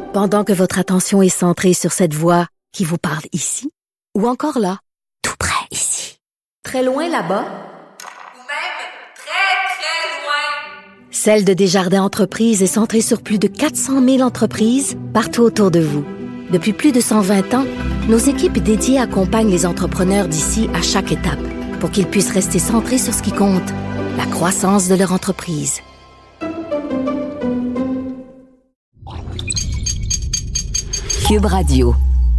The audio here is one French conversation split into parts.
Pendant que votre attention est centrée sur cette voix qui vous parle ici, ou encore là, tout près ici, très loin là-bas, ou même très, très loin. Celle de Desjardins Entreprises est centrée sur plus de 400 000 entreprises partout autour de vous. Depuis plus de 120 ans, nos équipes dédiées accompagnent les entrepreneurs d'ici à chaque étape pour qu'ils puissent rester centrés sur ce qui compte, la croissance de leur entreprise. Cube Radio.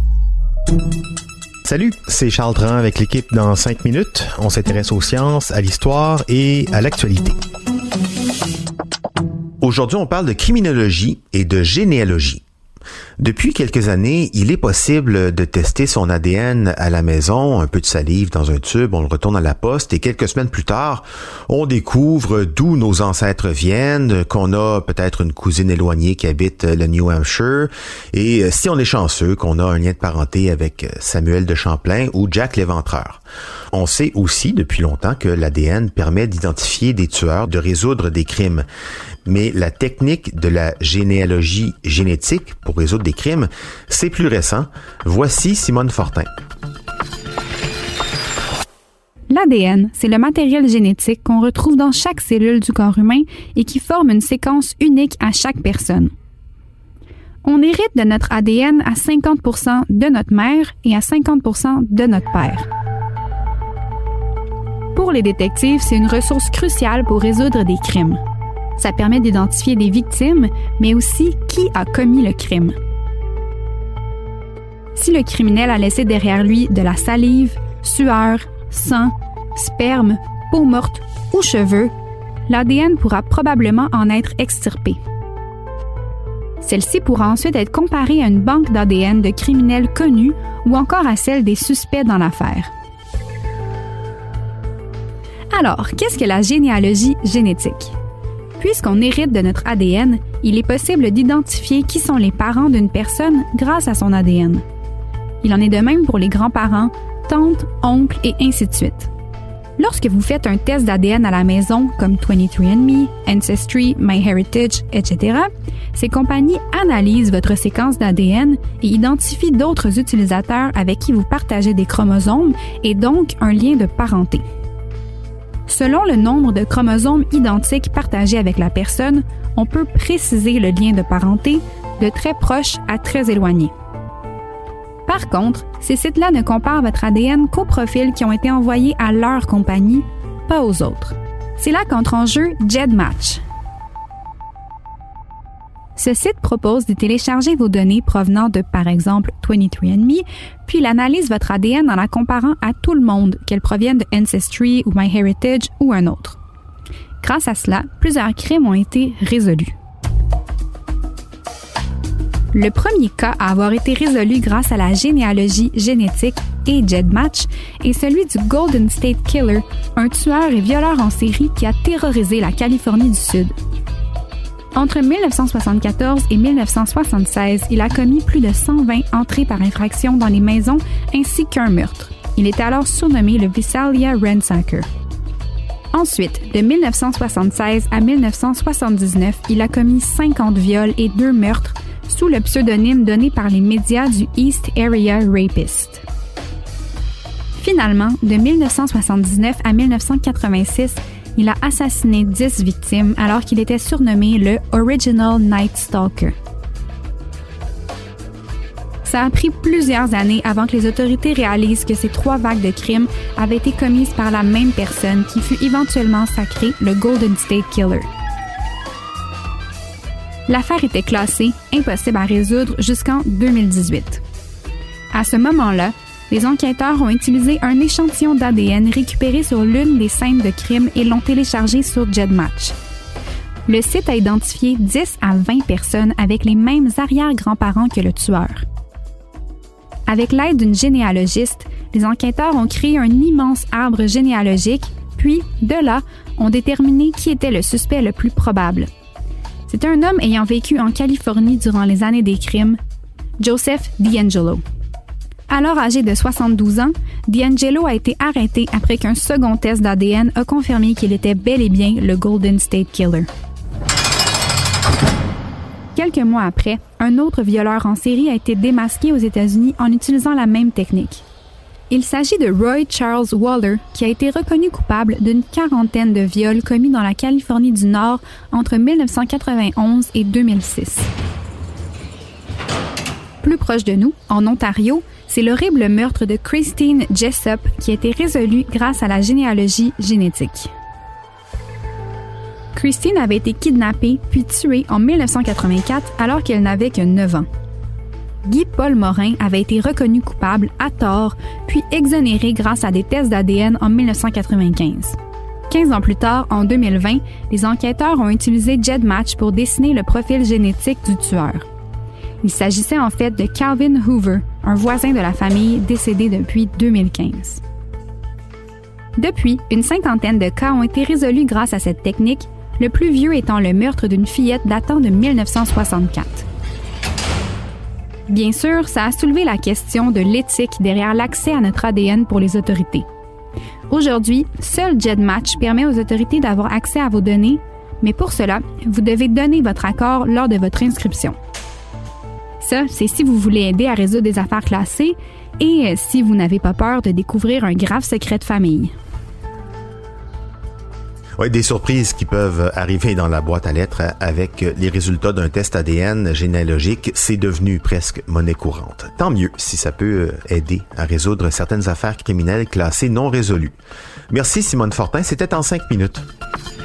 Salut, c'est Charles Dran avec l'équipe dans 5 minutes. On s'intéresse aux sciences, à l'histoire et à l'actualité. Aujourd'hui, on parle de criminologie et de généalogie. Depuis quelques années, il est possible de tester son ADN à la maison, un peu de salive dans un tube, on le retourne à la poste et quelques semaines plus tard, on découvre d'où nos ancêtres viennent, qu'on a peut-être une cousine éloignée qui habite le New Hampshire et si on est chanceux, qu'on a un lien de parenté avec Samuel de Champlain ou Jack l'Éventreur. On sait aussi depuis longtemps que l'ADN permet d'identifier des tueurs, de résoudre des crimes. Mais la technique de la généalogie génétique pour résoudre des crimes, c'est plus récent. Voici Simone Fortin. L'ADN, c'est le matériel génétique qu'on retrouve dans chaque cellule du corps humain et qui forme une séquence unique à chaque personne. On hérite de notre ADN à 50% de notre mère et à 50% de notre père. Pour les détectives, c'est une ressource cruciale pour résoudre des crimes. Ça permet d'identifier des victimes, mais aussi qui a commis le crime. Si le criminel a laissé derrière lui de la salive, sueur, sang, sperme, peau morte ou cheveux, l'ADN pourra probablement en être extirpé. Celle-ci pourra ensuite être comparée à une banque d'ADN de criminels connus ou encore à celle des suspects dans l'affaire. Alors, qu'est-ce que la généalogie génétique? Puisqu'on hérite de notre ADN, il est possible d'identifier qui sont les parents d'une personne grâce à son ADN. Il en est de même pour les grands-parents, tantes, oncles et ainsi de suite. Lorsque vous faites un test d'ADN à la maison, comme 23andMe, Ancestry, MyHeritage, etc., ces compagnies analysent votre séquence d'ADN et identifient d'autres utilisateurs avec qui vous partagez des chromosomes et donc un lien de parenté. Selon le nombre de chromosomes identiques partagés avec la personne, on peut préciser le lien de parenté de très proche à très éloigné. Par contre, ces sites-là ne comparent votre ADN qu'aux profils qui ont été envoyés à leur compagnie, pas aux autres. C'est là qu'entre en jeu GEDmatch. Ce site propose de télécharger vos données provenant de, par exemple, 23andMe, puis il analyse votre ADN en la comparant à tout le monde, qu'elle provienne de Ancestry ou MyHeritage ou un autre. Grâce à cela, plusieurs crimes ont été résolus. Le premier cas à avoir été résolu grâce à la généalogie génétique et GEDmatch est celui du Golden State Killer, un tueur et violeur en série qui a terrorisé la Californie du Sud. Entre 1974 et 1976, il a commis plus de 120 entrées par infraction dans les maisons ainsi qu'un meurtre. Il était alors surnommé le Visalia Ransacker. Ensuite, de 1976 à 1979, il a commis 50 viols et 2 meurtres sous le pseudonyme donné par les médias du East Area Rapist. Finalement, de 1979 à 1986, il a assassiné 10 victimes alors qu'il était surnommé le Original Night Stalker. Ça a pris plusieurs années avant que les autorités réalisent que ces 3 vagues de crimes avaient été commises par la même personne qui fut éventuellement sacrée le Golden State Killer. L'affaire était classée impossible à résoudre jusqu'en 2018. À ce moment-là, les enquêteurs ont utilisé un échantillon d'ADN récupéré sur l'une des scènes de crime et l'ont téléchargé sur GEDmatch. Le site a identifié 10 à 20 personnes avec les mêmes arrière-grands-parents que le tueur. Avec l'aide d'une généalogiste, les enquêteurs ont créé un immense arbre généalogique, puis, de là, ont déterminé qui était le suspect le plus probable. C'était un homme ayant vécu en Californie durant les années des crimes, Joseph DeAngelo. Alors âgé de 72 ans, DeAngelo a été arrêté après qu'un second test d'ADN a confirmé qu'il était bel et bien le Golden State Killer. Quelques mois après, un autre violeur en série a été démasqué aux États-Unis en utilisant la même technique. Il s'agit de Roy Charles Waller, qui a été reconnu coupable d'une 40aine de viols commis dans la Californie du Nord entre 1991 et 2006. Plus proche de nous, en Ontario, c'est l'horrible meurtre de Christine Jessup qui a été résolu grâce à la généalogie génétique. Christine avait été kidnappée puis tuée en 1984 alors qu'elle n'avait que 9 ans. Guy-Paul Morin avait été reconnu coupable à tort puis exonéré grâce à des tests d'ADN en 1995. 15 ans plus tard, en 2020, les enquêteurs ont utilisé GEDmatch pour dessiner le profil génétique du tueur. Il s'agissait en fait de Calvin Hoover, un voisin de la famille décédé depuis 2015. Depuis, une 50aine de cas ont été résolus grâce à cette technique, le plus vieux étant le meurtre d'une fillette datant de 1964. Bien sûr, ça a soulevé la question de l'éthique derrière l'accès à notre ADN pour les autorités. Aujourd'hui, seul GEDmatch permet aux autorités d'avoir accès à vos données, mais pour cela, vous devez donner votre accord lors de votre inscription. Ça, c'est si vous voulez aider à résoudre des affaires classées et si vous n'avez pas peur de découvrir un grave secret de famille. Oui, des surprises qui peuvent arriver dans la boîte à lettres avec les résultats d'un test ADN généalogique, c'est devenu presque monnaie courante. Tant mieux si ça peut aider à résoudre certaines affaires criminelles classées non résolues. Merci Simone Fortin, c'était en 5 minutes.